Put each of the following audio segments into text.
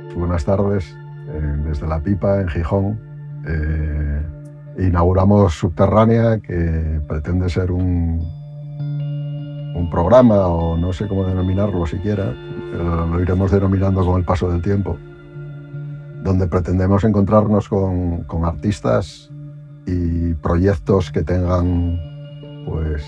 Buenas tardes. Desde La Pipa, en Gijón, inauguramos Subterránea, que pretende ser un programa, o no sé cómo denominarlo siquiera, lo iremos denominando con el paso del tiempo, donde pretendemos encontrarnos con artistas y proyectos que tengan pues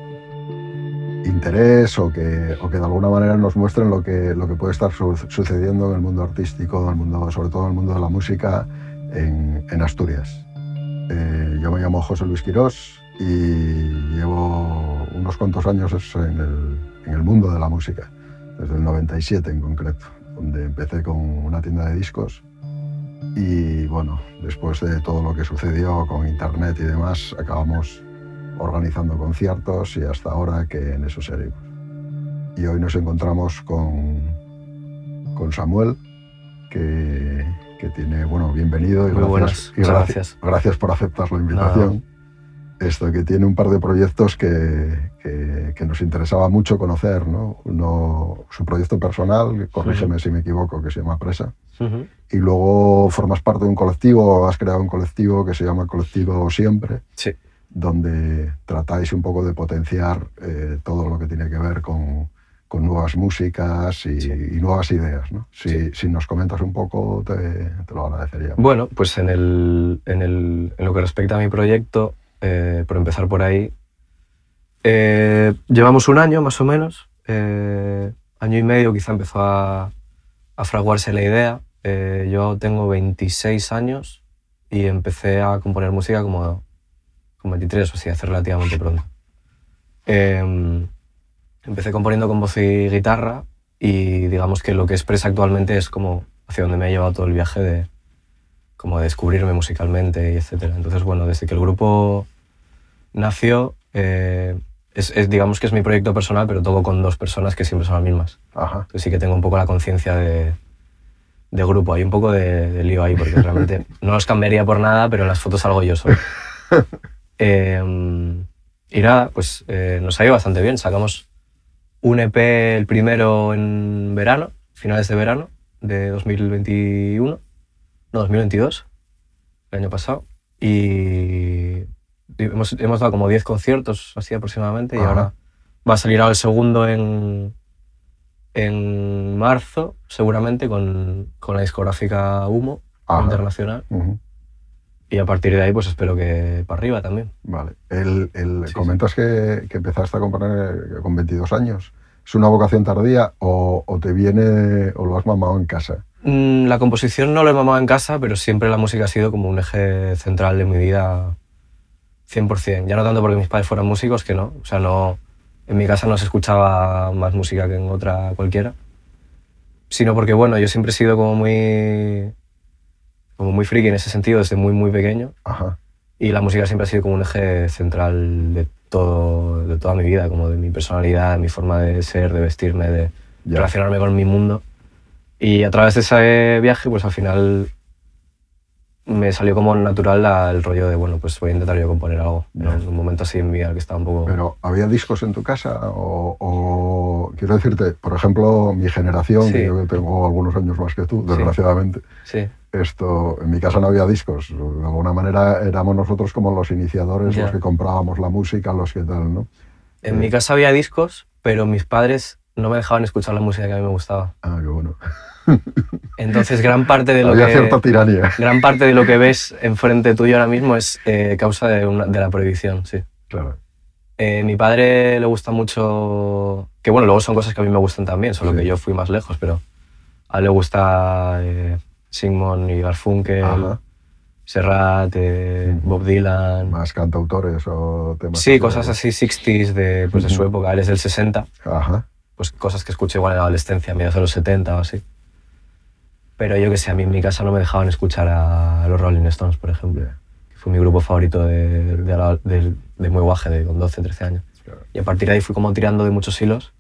interés o que de alguna manera nos muestren lo que puede estar sucediendo en el mundo artístico, sobre todo en el mundo de la música en Asturias. Yo me llamo José Luis Quirós y llevo unos cuantos años en el mundo de la música, desde el 97 en concreto, donde empecé con una tienda de discos y bueno, después de todo lo que sucedió con internet y demás, acabamos organizando conciertos y hasta ahora que en eso seguimos. Y hoy nos encontramos con Samuel, que tiene, bueno, bienvenido y gracias por aceptar la invitación. Que tiene un par de proyectos que nos interesaba mucho conocer, ¿no? Uno, su proyecto personal, corrígeme si me equivoco, que se llama Presa. Y luego formas parte de un colectivo, has creado un colectivo que se llama Colectivo Siempre. Sí. Donde tratáis un poco de potenciar todo lo que tiene que ver con nuevas músicas y nuevas ideas, ¿no? Si nos comentas un poco, te lo agradecería. Bueno, pues en lo que respecta a mi proyecto, por empezar por ahí, llevamos un año más o menos, año y medio quizá empezó a fraguarse la idea. Yo tengo 26 años y empecé a componer música como con 23, o así, hace relativamente pronto. Empecé componiendo con voz y guitarra y digamos que lo que expresa actualmente es como hacia donde me ha llevado todo el viaje de como descubrirme musicalmente y etcétera. Entonces, bueno, desde que el grupo nació, digamos que es mi proyecto personal, pero todo con dos personas que siempre son las mismas. Ajá. Entonces sí que tengo un poco la conciencia de grupo. Hay un poco de lío ahí, porque realmente no los cambiaría por nada, pero en las fotos salgo yo solo. Y nada, pues nos ha ido bastante bien. Sacamos un EP, el primero en verano, finales de verano de 2022, el año pasado. Y hemos dado como 10 conciertos así aproximadamente. Y ahora va a salir ahora el segundo en marzo, seguramente, con la discográfica Humo Internacional. Y a partir de ahí, pues espero que para arriba también. Vale. Comentas que empezaste a componer con 22 años. ¿Es una vocación tardía o te viene o lo has mamado en casa? La composición no lo he mamado en casa, pero siempre la música ha sido como un eje central de mi vida 100%. Ya no tanto porque mis padres fueran músicos, que no. O sea, no, en mi casa no se escuchaba más música que en otra cualquiera. Sino porque, bueno, yo siempre he sido como muy friki en ese sentido desde muy, muy pequeño. Ajá. Y la música siempre ha sido como un eje central de toda mi vida, como de mi personalidad, de mi forma de ser, de vestirme, de relacionarme con mi mundo. Y a través de ese viaje, pues al final me salió como natural el rollo de, bueno, pues voy a intentar yo componer algo. ¿No? En un momento así en mi vida que estaba un poco... ¿Pero había discos en tu casa? O quiero decirte, por ejemplo, mi generación, que yo tengo algunos años más que tú, desgraciadamente, en mi casa no había discos. De alguna manera éramos nosotros como los iniciadores, los que comprábamos la música, los que tal, ¿no? En mi casa había discos, pero mis padres no me dejaban escuchar la música que a mí me gustaba. Ah, qué bueno. Entonces gran parte de lo había cierta tiranía. Gran parte de lo que ves enfrente tuyo ahora mismo es causa de la prohibición, sí. Claro. Mi padre le gusta mucho... Que bueno, luego son cosas que a mí me gustan también, solo que yo fui más lejos, pero a él le gusta Sigmund y Garfunkel, Serrat, Bob Dylan... ¿Más cantautores o temas? Sí, cosas así 60s de su época. Él es del 60. Ajá. Pues cosas que escuché igual en la adolescencia, mediados de los 70 o así. Pero yo que sé, a mí en mi casa no me dejaban escuchar a los Rolling Stones, por ejemplo. Que fue mi grupo favorito de muy guaje, con 12, 13 años. Claro. Y a partir de ahí fui como tirando de muchos hilos.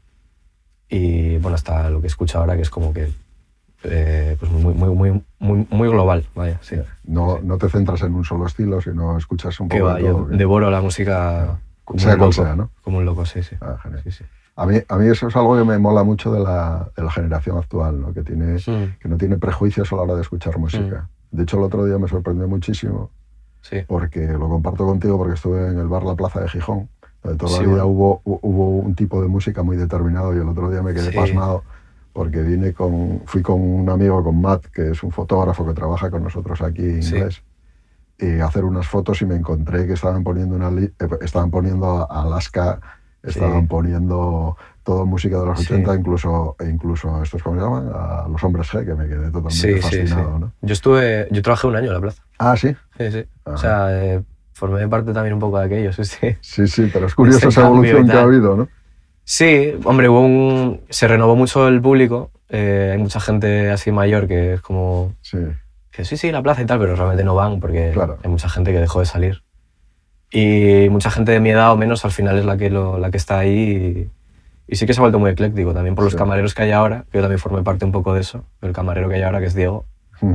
Y bueno, hasta lo que escucho ahora, que es como que pues muy global, vaya, sí. No te centras en un solo estilo, sino escuchas un poco de todo. Yo devoro la música sea cual sea, ¿no? Como un loco, sí. Ah, genial. Sí. A mí eso es algo que me mola mucho de la generación actual, ¿no? Que no tiene prejuicios a la hora de escuchar música. De hecho, el otro día me sorprendió muchísimo, porque lo comparto contigo, porque estuve en el bar La Plaza de Gijón, donde toda la vida hubo un tipo de música muy determinado, y el otro día me quedé pasmado, porque fui con un amigo, con Matt, que es un fotógrafo que trabaja con nosotros aquí en inglés, y hacer unas fotos, y me encontré que estaban poniendo a Alaska, estaban poniendo toda música de los 80, incluso estos, ¿cómo se llaman? A los Hombres G, que me quedé totalmente fascinado, ¿no? Yo trabajé un año en La Plaza. Ah, ¿sí? Sí. O sea, formé parte también un poco de aquello, sí. Sí, pero es curioso esa evolución que ha habido, ¿no? Sí, hombre, se renovó mucho el público, hay mucha gente así mayor que es como... Que sí, La Plaza y tal, pero realmente no van porque hay mucha gente que dejó de salir. Y mucha gente de mi edad o menos al final es la que está ahí, y sí que se ha vuelto muy ecléctico también por los camareros que hay ahora, que yo también formé parte un poco de eso, el camarero que hay ahora, que es Diego,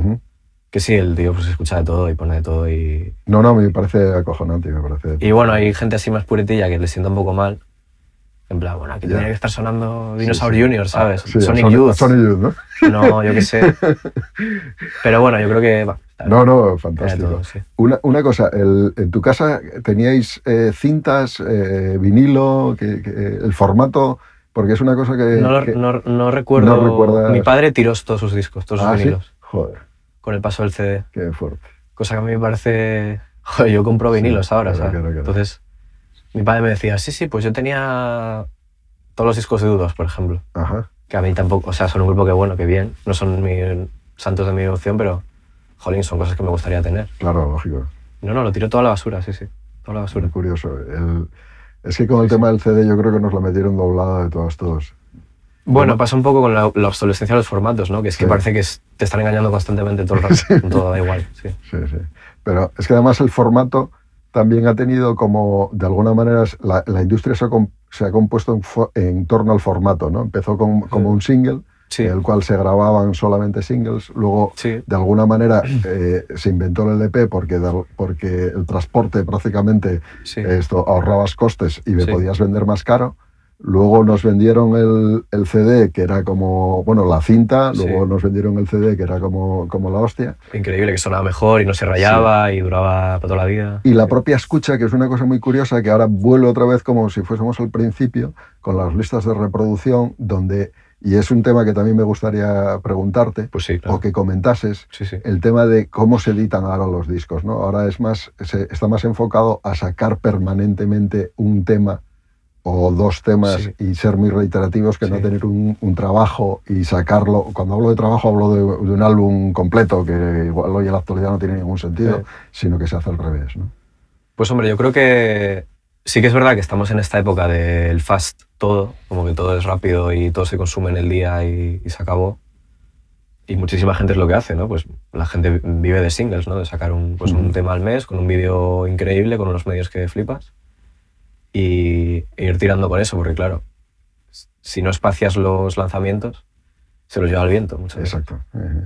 que sí, el tío pues escucha de todo y pone de todo y... No, me parece acojonante, me parece... Y bueno, hay gente así más puretilla que le sienta un poco mal, en plan, bueno, aquí tendría que estar sonando Dinosaur Jr., ¿sabes? Sonic Youth, ¿no? No, yo qué sé. Pero bueno, yo creo que... No, fantástico. Todo, una cosa, en tu casa teníais cintas, vinilo, el formato, porque es una cosa que... No recuerdo. No recuerdas... Mi padre tiró todos sus discos, todos sus vinilos. ¿Sí? Joder. Con el paso del CD. Qué fuerte. Cosa que a mí me parece... Joder, yo compro vinilos ahora, ¿sabes? Claro. Entonces, mi padre me decía, sí, pues yo tenía todos los discos de U2, por ejemplo. Ajá. Que a mí tampoco, o sea, son un grupo que bueno, que bien, no son santos de mi devoción, pero, jolín, son cosas que me gustaría tener. Claro, lógico. No, lo tiro toda la basura, sí, toda la basura. Muy curioso. Es que con el tema del CD yo creo que nos lo metieron doblada de todos. Bueno, pasa un poco con la obsolescencia de los formatos, ¿no? Que es que parece que te están engañando constantemente todo el rato, todo da igual, sí. Pero es que además el formato también ha tenido como, de alguna manera, la industria se ha compuesto en torno al formato, ¿no? Empezó como un single, en el cual se grababan solamente singles, luego de alguna manera se inventó el LP porque el transporte prácticamente ahorrabas costes y podías vender más caro. Luego nos vendieron el CD, que era como, bueno, la cinta, luego nos vendieron el CD, que era como la hostia. Increíble, que sonaba mejor y no se rayaba y duraba para toda la vida. Y la propia escucha, que es una cosa muy curiosa, que ahora vuelve otra vez como si fuésemos al principio, con las listas de reproducción, y es un tema que también me gustaría preguntarte, o que comentases, el tema de cómo se editan ahora los discos, ¿no? Ahora está más enfocado a sacar permanentemente un tema o dos temas y ser muy reiterativos que no tener un trabajo y sacarlo. Cuando hablo de trabajo hablo de un álbum completo, que igual hoy en la actualidad no tiene ningún sentido, sino que se hace al revés, ¿no? Pues hombre, yo creo que sí que es verdad que estamos en esta época del fast todo, como que todo es rápido y todo se consume en el día y se acabó. Y muchísima gente es lo que hace, ¿no? Pues la gente vive de singles, ¿no? De sacar un tema al mes con un vídeo increíble, con unos medios que flipas. Y ir tirando con eso, porque claro, si no espacias los lanzamientos, se los lleva el viento muchas veces. Exacto.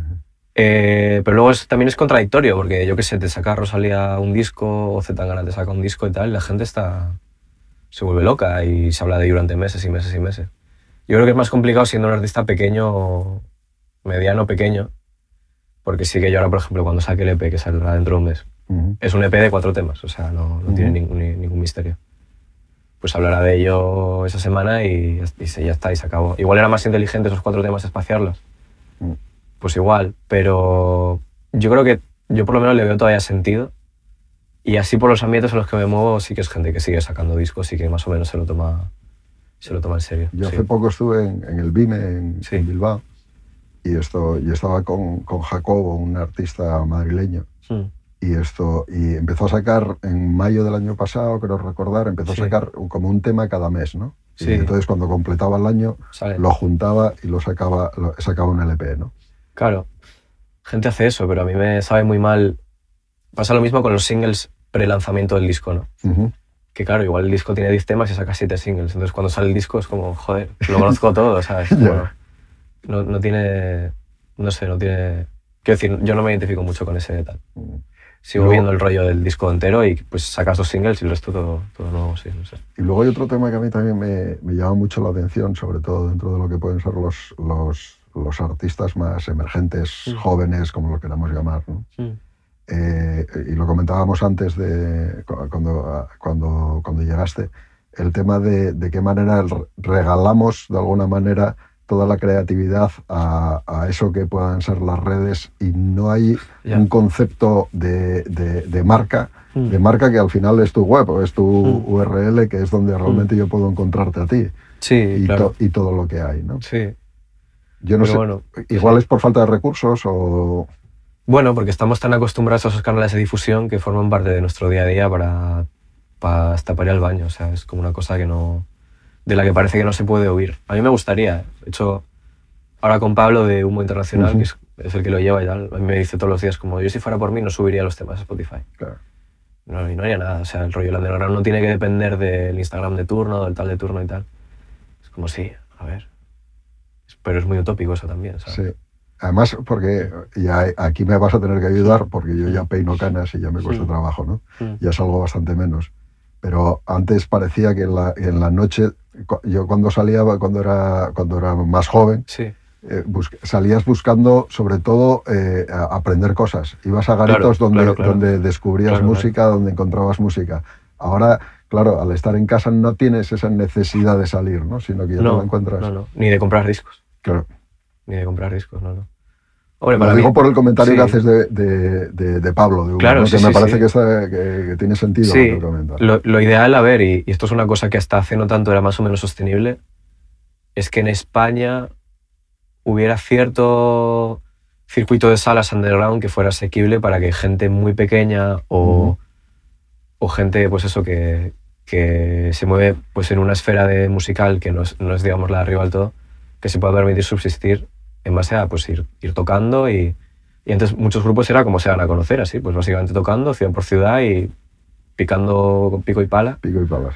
Pero luego también es contradictorio, porque yo qué sé, te saca Rosalía un disco o Zetangana te saca un disco y tal, y la gente se vuelve loca y se habla de ello durante meses y meses y meses. Yo creo que es más complicado siendo un artista pequeño, mediano, pequeño, porque sí que yo ahora, por ejemplo, cuando saque el EP, que saldrá dentro de un mes, es un EP de 4 temas, o sea, no tiene ningún misterio. Pues hablará de ello esa semana y ya está, y se acabó. Igual era más inteligente esos 4 temas espaciarlos. Pues igual, pero yo creo que yo por lo menos le veo todavía sentido. Y así por los ambientes en los que me muevo sí que es gente que sigue sacando discos y que más o menos se lo toma en serio. Yo hace poco estuve en el BIME en Bilbao y estaba con Jacobo, un artista madrileño. Y empezó a sacar en mayo del año pasado, creo recordar, empezó a sacar como un tema cada mes, ¿no? Y entonces cuando completaba el año lo juntaba y sacaba un LP, ¿no? Claro, gente hace eso, pero a mí me sabe muy mal. Pasa lo mismo con los singles pre-lanzamiento del disco, ¿no? Que claro, igual el disco tiene 10 temas y saca 7 singles, entonces cuando sale el disco es como, joder, lo conozco todo, ¿sabes? No tiene... No sé, no tiene... Quiero decir, yo no me identifico mucho con ese tal. sigo viendo el rollo del disco entero y pues sacas 2 singles y el resto todo nuevo, sí, no sé. Y luego hay otro tema que a mí también me llama mucho la atención, sobre todo dentro de lo que pueden ser los artistas más emergentes, jóvenes, como lo queramos llamar, ¿no? Y lo comentábamos antes cuando llegaste, el tema de qué manera regalamos de alguna manera toda la creatividad a eso que puedan ser las redes, y no hay un concepto de marca, de marca que al final es tu web o es tu URL, que es donde realmente yo puedo encontrarte a ti. Sí, claro. Y todo lo que hay, ¿no? Sí. Yo no sé, bueno, igual es por falta de recursos o... Bueno, porque estamos tan acostumbrados a esos canales de difusión que forman parte de nuestro día a día para hasta para ir al baño. O sea, es como una cosa que no, de la que parece que no se puede huir. A mí me gustaría. De hecho, ahora con Pablo de Humo Internacional, que es el que lo lleva y tal, a mí me dice todos los días como yo si fuera por mí no subiría los temas a Spotify. Claro. No, y no haría nada. O sea, el rollo del underground no tiene que depender del Instagram de turno, del tal de turno y tal. Es como sí, a ver. Pero es muy utópico eso también, ¿sabes? Sí. Además, porque ya aquí me vas a tener que ayudar, porque yo ya peino canas y ya me cuesta trabajo, ¿no? Ya salgo bastante menos. Pero antes parecía que en la noche, yo cuando salía, cuando era más joven, salías buscando sobre todo aprender cosas. Ibas a garitos donde descubrías música, donde encontrabas música. Ahora, claro, al estar en casa no tienes esa necesidad de salir, ¿no? Sino que ya no la encuentras. No, ni de comprar discos. Claro. Ni de comprar discos, no. Hombre, lo digo por el comentario que haces de Pablo, de Humo, claro, ¿no? Que me parece que tiene sentido lo que comentas. Lo ideal, a ver, y esto es una cosa que hasta hace no tanto era más o menos sostenible, es que en España hubiera cierto circuito de salas underground que fuera asequible para que gente muy pequeña o gente, pues eso, que se mueve pues en una esfera musical que no es, digamos, la de arriba del todo, que se pueda permitir subsistir en base a pues, ir tocando y entonces muchos grupos era como se van a conocer, así, pues básicamente tocando ciudad por ciudad y picando con pico y pala. Pico y pala, sí.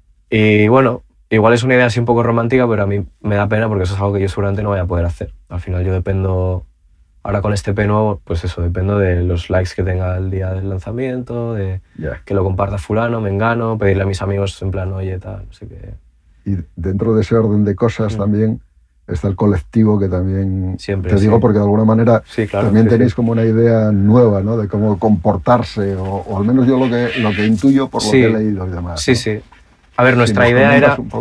Y bueno, igual es una idea así un poco romántica, pero a mí me da pena porque eso es algo que yo seguramente no voy a poder hacer. Al final yo dependo, ahora con este EP nuevo, pues eso, dependo de los likes que tenga el día del lanzamiento, de que lo comparta fulano, mengano, pedirle a mis amigos en plan, oye, tal, no sé qué. Y dentro de ese orden de cosas también está el colectivo, que también siempre, te digo porque de alguna manera claro, también tenéis como una idea nueva, ¿no? De cómo comportarse, o al menos yo lo que intuyo por lo que he leído y demás. Sí, ¿no? sí. A ver, nuestra idea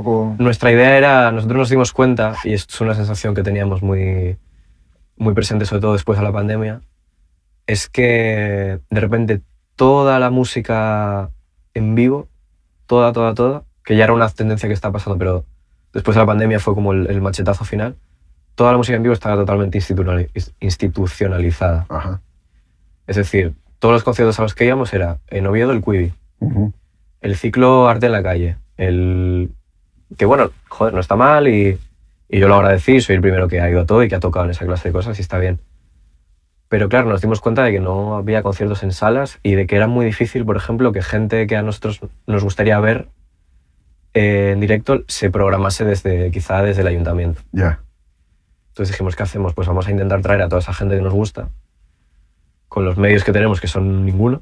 era, nosotros nos dimos cuenta, y esto es una sensación que teníamos muy, muy presente, sobre todo después de la pandemia, es que de repente toda la música en vivo, toda, que ya era una tendencia que está pasando, pero después de la pandemia fue como el machetazo final, toda la música en vivo estaba totalmente institucionalizada. Ajá. Es decir, todos los conciertos a los que íbamos era en Oviedo el Quibi, el ciclo Arte en la Calle, que bueno, joder, no está mal y yo lo agradecí, soy el primero que ha ido a todo y que ha tocado en esa clase de cosas y está bien. Pero claro, nos dimos cuenta de que no había conciertos en salas y de que era muy difícil, por ejemplo, que gente que a nosotros nos gustaría ver en directo se programase quizá desde el ayuntamiento. Ya. Entonces dijimos, ¿qué hacemos? Pues vamos a intentar traer a toda esa gente que nos gusta, con los medios que tenemos, que son ninguno,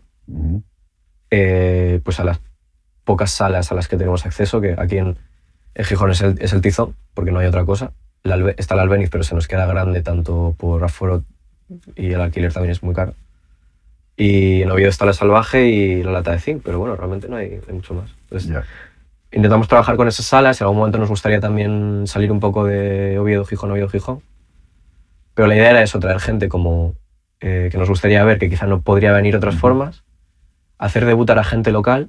pues a las pocas salas a las que tenemos acceso, que aquí en Gijón es el Tizón, porque no hay otra cosa. Está el Albéniz, pero se nos queda grande tanto por aforo y el alquiler también es muy caro. Y en Oviedo está La Salvaje y la Lata de Zinc, pero bueno, realmente no hay mucho más. Entonces, intentamos trabajar con esas salas, en algún momento nos gustaría también salir un poco de Oviedo-Gijón. Pero la idea era eso, traer gente como que nos gustaría ver, que quizá no podría venir de otras formas, hacer debutar a gente local,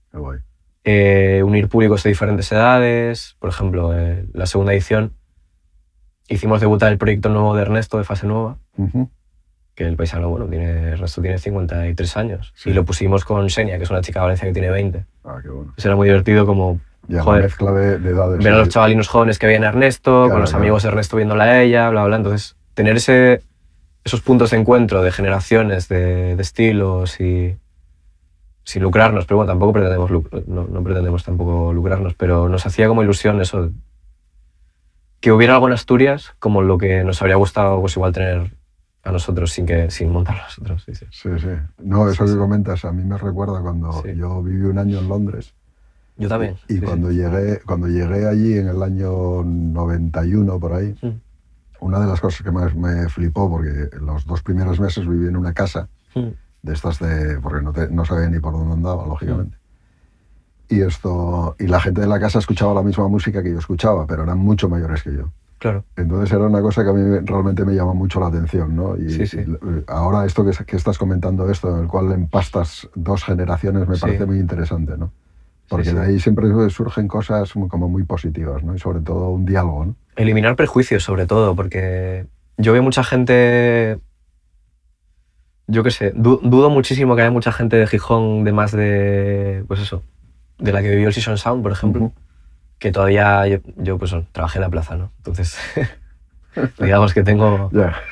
unir públicos de diferentes edades. Por ejemplo, la segunda edición hicimos debutar el proyecto nuevo de Ernesto, de Fase Nueva, que el paisano, bueno, Ernesto tiene 53 años, y lo pusimos con Xenia, que es una chica de Valencia que tiene 20. Ah, qué bueno. Pues era muy divertido como, joder, mezcla de edades. Ver a los chavalinos jóvenes que veían a Ernesto, con los amigos de Ernesto viéndola a ella, bla, bla. Entonces, tener esos puntos de encuentro de generaciones, de estilos y sin lucrarnos, pero bueno, tampoco no pretendemos tampoco lucrarnos, pero nos hacía como ilusión eso, que hubiera algo en Asturias como lo que nos habría gustado pues igual tener a nosotros sin montarlo nosotros. Sí, sí. Sí, sí. No, eso que comentas a mí me recuerda cuando yo viví un año en Londres. Yo también. Y cuando llegué allí en el año 91, por ahí, una de las cosas que más me flipó, porque los 2 primeros meses viví en una casa de estas porque no sabía ni por dónde andaba, lógicamente. Y la gente de la casa escuchaba la misma música que yo escuchaba, pero eran mucho mayores que yo. Claro. Entonces era una cosa que a mí realmente me llama mucho la atención, ¿no? Y ahora esto que estás comentando, en el cual empastas 2 generaciones, me parece muy interesante, ¿no? Porque de ahí siempre surgen cosas como muy positivas, ¿no? Y sobre todo un diálogo, ¿no? Eliminar prejuicios, sobre todo, porque yo veo mucha gente... Yo qué sé, dudo muchísimo que haya mucha gente de Gijón pues eso, de la que vivió el Season Sound, por ejemplo, que todavía yo pues trabajé en la plaza, ¿no? Entonces, digamos que tengo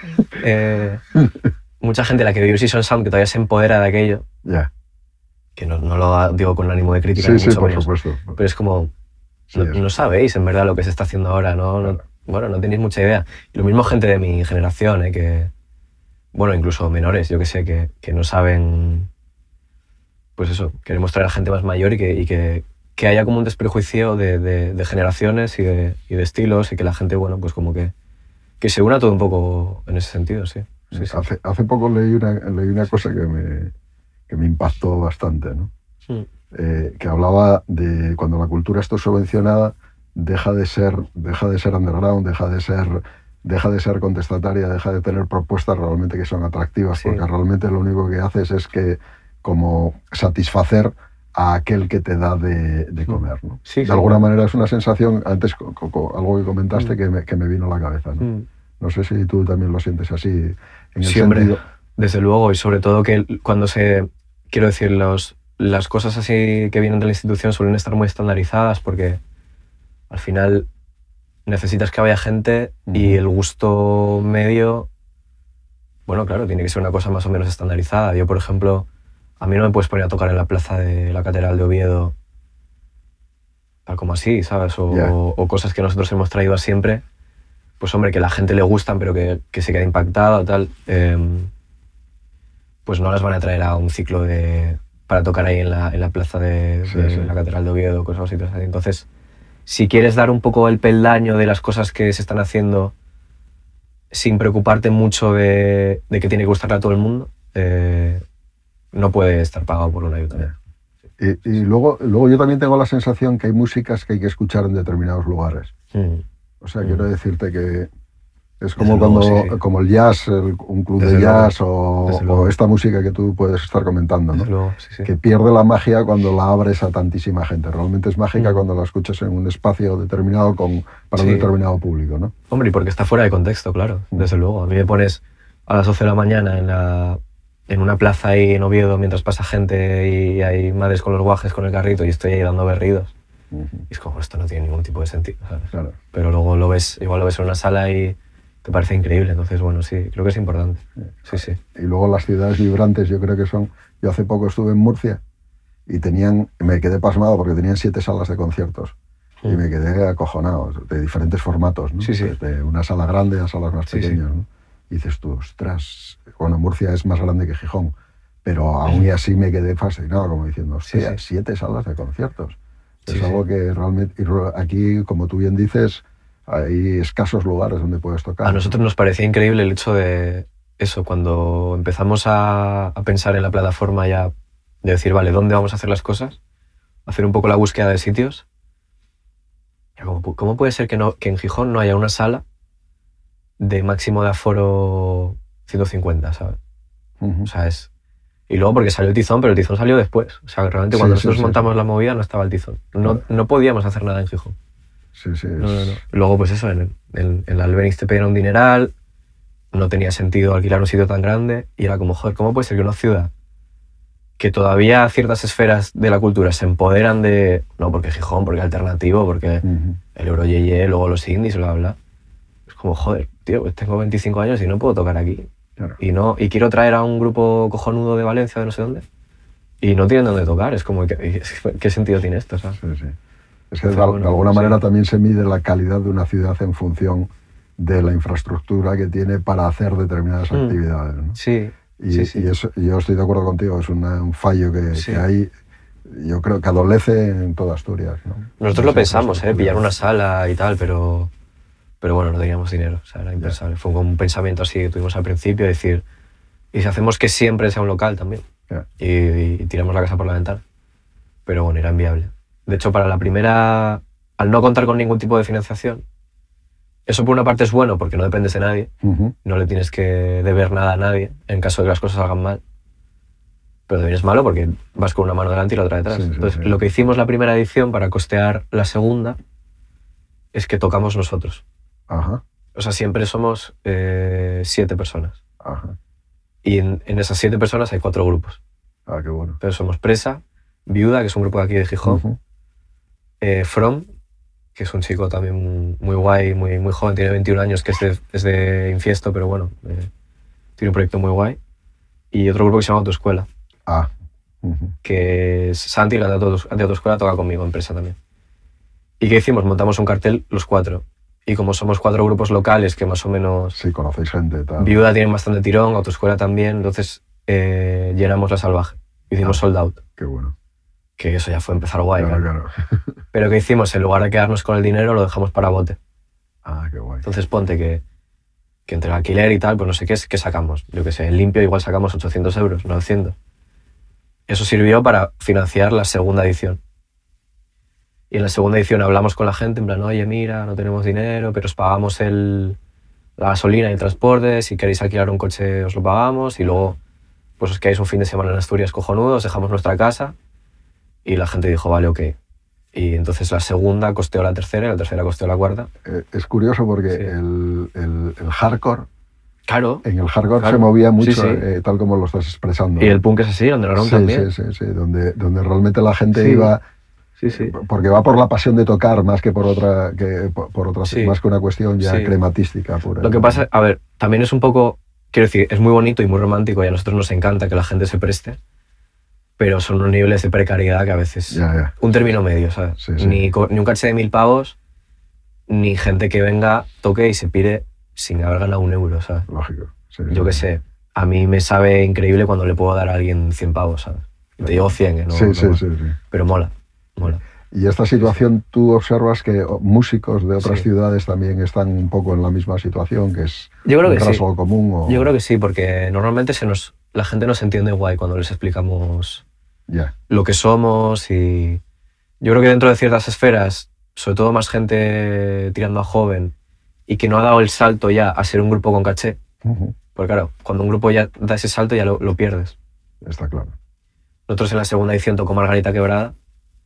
mucha gente de la que vivió el Season Sound que todavía se empodera de aquello. Que no lo digo con ánimo de crítica, ni mucho menos, supuesto. pero es como, no sabéis en verdad lo que se está haciendo ahora, ¿no? Bueno, no tenéis mucha idea. Y lo mismo gente de mi generación, que, bueno, incluso menores, yo que sé, que no saben, pues eso, queremos traer a gente más mayor y que haya como un desprejuicio de generaciones y de estilos, y que la gente, bueno, pues como que se una todo un poco en ese sentido, sí. Hace poco leí una cosa que me impactó bastante, ¿no? Que hablaba de cuando la cultura está subvencionada, deja de ser underground, deja de ser contestataria, deja de tener propuestas realmente que son atractivas, porque realmente lo único que haces es que como satisfacer a aquel que te da de comer, ¿no? De alguna manera es una sensación, antes algo que comentaste que me vino a la cabeza, ¿no? No sé si tú también lo sientes así. En el sentido... desde luego, y sobre todo que cuando quiero decir, las cosas así que vienen de la institución suelen estar muy estandarizadas, porque al final necesitas que haya gente y el gusto medio, bueno, claro, tiene que ser una cosa más o menos estandarizada. Yo, por ejemplo, a mí no me puedes poner a tocar en la plaza de la Catedral de Oviedo tal como así, ¿sabes? O cosas que nosotros hemos traído a siempre, pues hombre, que a la gente le gustan, pero que se queda impactada, tal, pues no las van a traer a un ciclo para tocar ahí en la plaza de la Catedral de Oviedo, cosas así. Entonces, si quieres dar un poco el peldaño de las cosas que se están haciendo sin preocuparte mucho de que tiene que gustarle a todo el mundo, no puede estar pagado por un ayuntamiento. Y luego yo también tengo la sensación que hay músicas que hay que escuchar en determinados lugares. O sea, quiero decirte que es como como el jazz, un club de jazz o esta música que tú puedes estar comentando, ¿no? Que pierde la magia cuando la abres a tantísima gente. Realmente es mágica cuando la escuchas en un espacio determinado para un determinado público, ¿no? Hombre, y porque está fuera de contexto, claro, desde luego. A mí me pones a las 12 de la mañana en una plaza ahí en Oviedo mientras pasa gente y hay madres con los guajes con el carrito y estoy ahí dando berridos. Y es como, esto no tiene ningún tipo de sentido, ¿sabes? Claro. Pero luego igual lo ves en una sala y te parece increíble. Entonces, bueno, sí, creo que es importante. Sí. Y luego las ciudades vibrantes, yo creo que son... Yo hace poco estuve en Murcia y me quedé pasmado porque tenían 7 salas de conciertos. Y me quedé acojonado, de diferentes formatos, ¿no? Desde una sala grande a salas más pequeñas, ¿no? Y dices tú, ostras, bueno, Murcia es más grande que Gijón, pero aún y así me quedé fascinado, como diciendo, hostia, 7 salas de conciertos. Es algo que realmente... Aquí, como tú bien dices, hay escasos lugares donde puedes tocar. A nosotros nos parecía increíble el hecho de eso, cuando empezamos a pensar en la plataforma ya, de decir, vale, ¿dónde vamos a hacer las cosas? Hacer un poco la búsqueda de sitios. ¿Cómo puede ser que en Gijón no haya una sala de máximo de aforo 150, ¿sabes? O sea, Y luego porque salió el Tizón, pero el Tizón salió después. O sea, realmente cuando nosotros montamos la movida no estaba el Tizón. No podíamos hacer nada en Gijón. No. Luego, pues eso, en el Albéniz te pedían un dineral, no tenía sentido alquilar un sitio tan grande y era como, joder, ¿cómo puede ser que una ciudad que todavía ciertas esferas de la cultura se empoderan de... No, porque Gijón, porque Alternativo, porque el Euroyeye, luego los indies, bla, bla. Es como, joder, tío, pues tengo 25 años y no puedo tocar aquí. Claro. Y quiero traer a un grupo cojonudo de Valencia, de no sé dónde, y no tienen dónde tocar. Es como, ¿qué sentido tiene esto, sabes? Es que de alguna manera también se mide la calidad de una ciudad en función de la infraestructura que tiene para hacer determinadas actividades, ¿no? Sí. Y eso, yo estoy de acuerdo contigo, es un fallo que hay, yo creo que adolece en toda Asturias, ¿no? Nosotros lo pensamos, pillar una sala y tal, pero bueno, no teníamos dinero, o sea, era impensable. Fue como un pensamiento así que tuvimos al principio, decir, ¿y si hacemos que siempre sea un local también? Y tiramos la casa por la ventana. Pero bueno, era inviable. De hecho, para la primera, al no contar con ningún tipo de financiación, eso por una parte es bueno porque no dependes de nadie, no le tienes que deber nada a nadie en caso de que las cosas salgan mal, pero también es malo porque vas con una mano delante y la otra detrás. Entonces, lo que hicimos la primera edición para costear la segunda es que tocamos nosotros. O sea, siempre somos 7 personas. Y en esas 7 personas hay 4 grupos. Qué bueno. Entonces somos Presa, Viuda, que es un grupo de aquí de Gijón, From, que es un chico también muy guay, muy joven, tiene 21 años, que es de Infiesto, pero bueno, tiene un proyecto muy guay. Y otro grupo que se llama Autoescuela, que es Santi, el de Autoescuela, toca conmigo en Presa también. ¿Y qué hicimos? Montamos un cartel los 4. Y como somos 4 grupos locales que más o menos... Sí, conocéis gente. Tal. Viuda tiene bastante tirón, Autoescuela también, entonces llenamos La Salvaje. Hicimos sold out. Qué bueno. Que eso ya fue empezar guay. Claro. Pero ¿qué hicimos? En lugar de quedarnos con el dinero, lo dejamos para bote. Qué guay. Entonces ponte que entre el alquiler y tal, pues no sé qué sacamos. Yo qué sé, en limpio igual sacamos 800 euros, 900. Eso sirvió para financiar la segunda edición. Y en la segunda edición hablamos con la gente, en plan, oye, mira, no tenemos dinero, pero os pagamos la gasolina y el transporte, si queréis alquilar un coche os lo pagamos, y luego pues os quedáis un fin de semana en Asturias cojonudo, os dejamos nuestra casa. Y la gente dijo, vale, ok. Y entonces la segunda costeó la tercera y la tercera costeó la cuarta. Es curioso porque el hardcore, claro, en el hardcore se movía mucho, sí. tal como lo estás expresando. Y el punk es así, underground también. Sí, donde realmente la gente iba... Sí. Porque va por la pasión de tocar más que por otra, más que una cuestión ya crematística pura. Lo que pasa, a ver, también es un poco, quiero decir, es muy bonito y muy romántico y a nosotros nos encanta que la gente se preste, pero son unos niveles de precariedad que a veces... Un término medio, ¿sabes? Sí. Ni un caché de 1000 pavos, ni gente que venga, toque y se pire sin haber ganado un euro, ¿sabes? Lógico. Yo qué sé, a mí me sabe increíble cuando le puedo dar a alguien 100 pavos, ¿sabes? Y te digo 100, ¿no? Sí. Pero mola. Y esta situación, ¿tú observas que músicos de otras ciudades también están un poco en la misma situación, que es un rasgo común? Yo creo que sí, porque normalmente la gente nos entiende guay cuando les explicamos lo que somos, y yo creo que dentro de ciertas esferas, sobre todo más gente tirando a joven y que no ha dado el salto ya a ser un grupo con caché, porque claro, cuando un grupo ya da ese salto ya lo pierdes. Está claro. Nosotros en la segunda edición tocó Margarita Quebrada,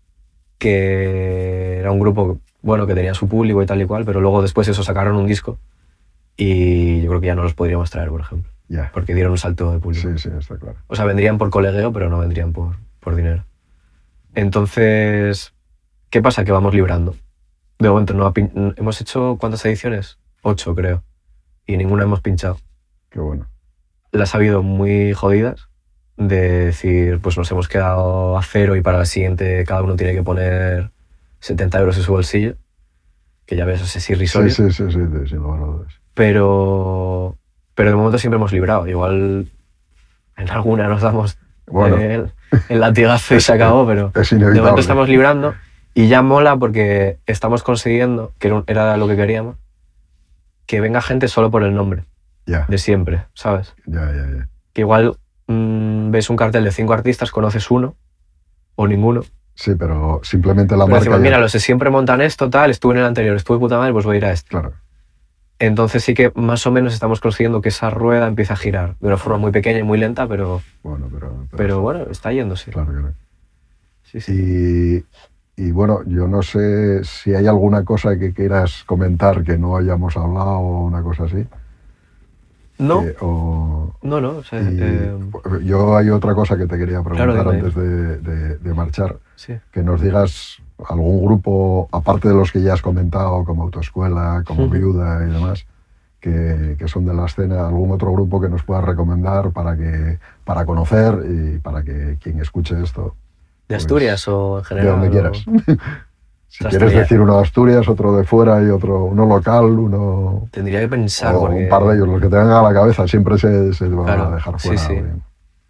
que era un grupo bueno que tenía su público y tal y cual, pero luego después eso sacaron un disco y yo creo que ya no los podríamos traer, por ejemplo, porque dieron un salto de público. Sí, está claro. O sea, vendrían por colegueo, pero no vendrían por dinero. Entonces, ¿qué pasa? Que vamos librando. De momento hemos hecho, ¿cuántas ediciones? 8, creo. Y ninguna hemos pinchado. Qué bueno. Las ha habido muy jodidas, de decir, pues nos hemos quedado a cero y para la siguiente cada uno tiene que poner 70 euros en su bolsillo, que ya ves, es irrisorio. Sí, sin lugar a dudas. Pero de momento siempre hemos librado. Igual en alguna nos damos el latigazo y se acabó, pero es inevitable. De momento estamos librando y ya mola porque estamos consiguiendo, que era lo que queríamos, que venga gente solo por el nombre, de siempre, ¿sabes? Que igual ves un cartel de 5 artistas, conoces uno o ninguno. Sí, pero simplemente la marca... Decimos, mira, los de siempre montan esto, tal, estuve en el anterior, estuve puta madre, pues voy a ir a este. Claro. Entonces sí que más o menos estamos consiguiendo que esa rueda empiece a girar de una forma muy pequeña y muy lenta, pero bueno, está yéndose. Claro que no. Sí. Y bueno, yo no sé si hay alguna cosa que quieras comentar que no hayamos hablado o una cosa así. No. No. O sea, yo hay otra cosa que te quería preguntar antes de marchar. Sí. Que nos digas algún grupo, aparte de los que ya has comentado, como Autoescuela, como Viuda y demás, que son de la escena, algún otro grupo que nos puedas recomendar para conocer y para que quien escuche esto... ¿De Asturias o en general? De donde quieras. Si quieres decir uno de Asturias, otro de fuera y otro, uno local, uno... Tendría que pensar. O porque... un par de ellos, los que te vengan a la cabeza, siempre se van Claro, a dejar fuera. sí. Bien.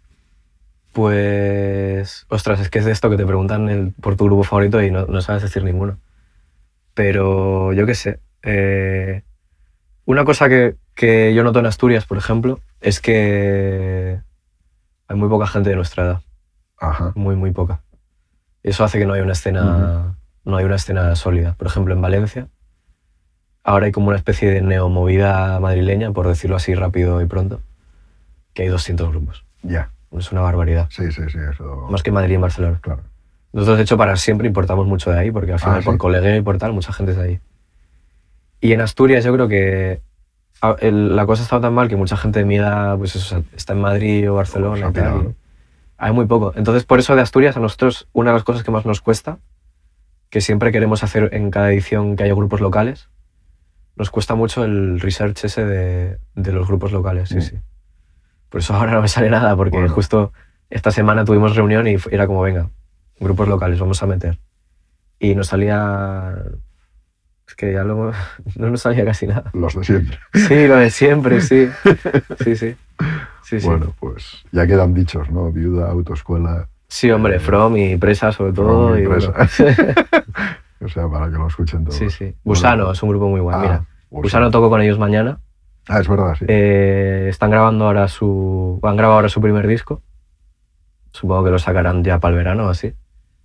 Pues... Ostras, es que es de esto que te preguntan por tu grupo favorito y no sabes decir ninguno. Pero yo qué sé. Una cosa que yo noto en Asturias, por ejemplo, es que hay muy poca gente de nuestra edad. Ajá. Muy poca. Y eso hace que no haya una escena, no hay una escena sólida. Por ejemplo, en Valencia, ahora hay como una especie de neomovida madrileña, por decirlo así rápido y pronto, que hay 200 grupos. Ya. Es una barbaridad. Sí, eso... Más que Madrid y Barcelona. Claro. Nosotros, de hecho, para siempre importamos mucho de ahí, porque al final, ¿sí? por colegueo y por tal, mucha gente es de ahí. Y en Asturias yo creo que la cosa ha estado tan mal que mucha gente de mi edad pues eso, está en Madrid o Barcelona y tal. Hay muy poco. Entonces, por eso de Asturias, a nosotros, una de las cosas que más nos cuesta, que siempre queremos hacer en cada edición que haya grupos locales, nos cuesta mucho el research ese de los grupos locales, sí. Por eso ahora no me sale nada, porque justo esta semana tuvimos reunión y era como, venga, grupos locales, vamos a meter. Y nos salía... Es que ya no nos salía casi nada. Los de siempre. Sí, lo de siempre, sí. Sí. Bueno, pues ya quedan dichos, ¿no? Viuda, autoescuela... Sí, hombre, From y Presa sobre todo. From y Presa. Bueno. O sea, para que lo escuchen todos. Sí. Gusano es un grupo muy guay, mira. Gusano toco con ellos mañana. Ah, es verdad, sí. Están grabando ahora han grabado ahora su primer disco. Supongo que lo sacarán ya para el verano o así.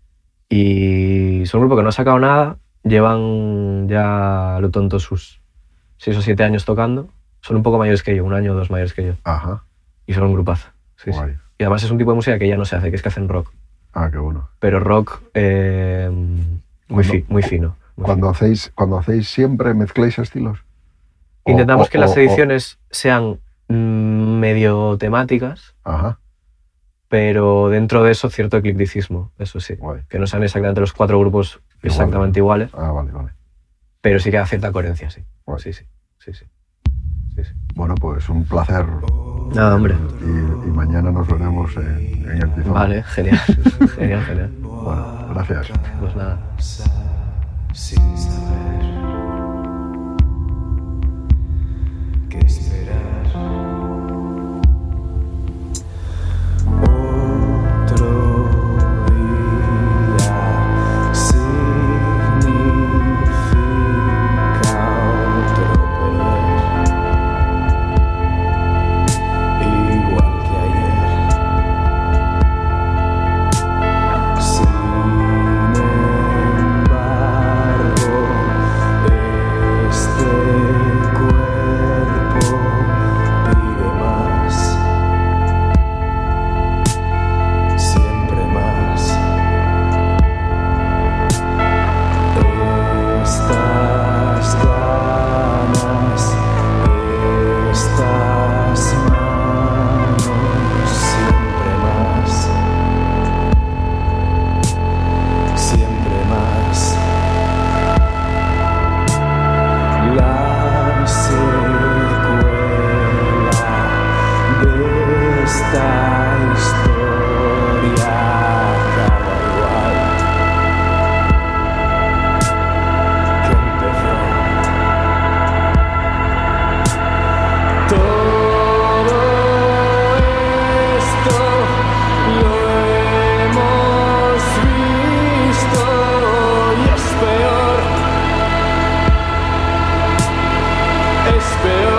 Y son un grupo que no ha sacado nada. Llevan ya a lo tonto sus 6 o 7 años tocando. Son un poco mayores que yo, 1 año o 2 mayores que yo. Ajá. Y son un grupazo. Sí. Y además es un tipo de música que ya no se hace, que es que hacen rock. Ah, qué bueno. Pero rock muy fino. Cuando hacéis siempre, ¿mezcláis estilos? Intentamos que las ediciones sean medio temáticas. Ajá. Pero dentro de eso cierto eclecticismo, eso sí. Guay. Que no sean exactamente los 4 grupos exactamente iguales. Ah, vale. Pero sí que da cierta coherencia, sí. Guay. Sí. Bueno, pues un placer. Nada, hombre. Y mañana nos veremos en el Tizón. Vale, genial. Genial. Bueno, gracias. Pues nada. Sin saber qué esperar. Otro día significa otro perder, igual que ayer. Sin embargo, este cuerpo pide más, siempre más. Estas ganas, estas manos, siempre más. Siempre más. La secuela de esta historia acaba igual que empezó. Todo esto lo hemos visto y es peor.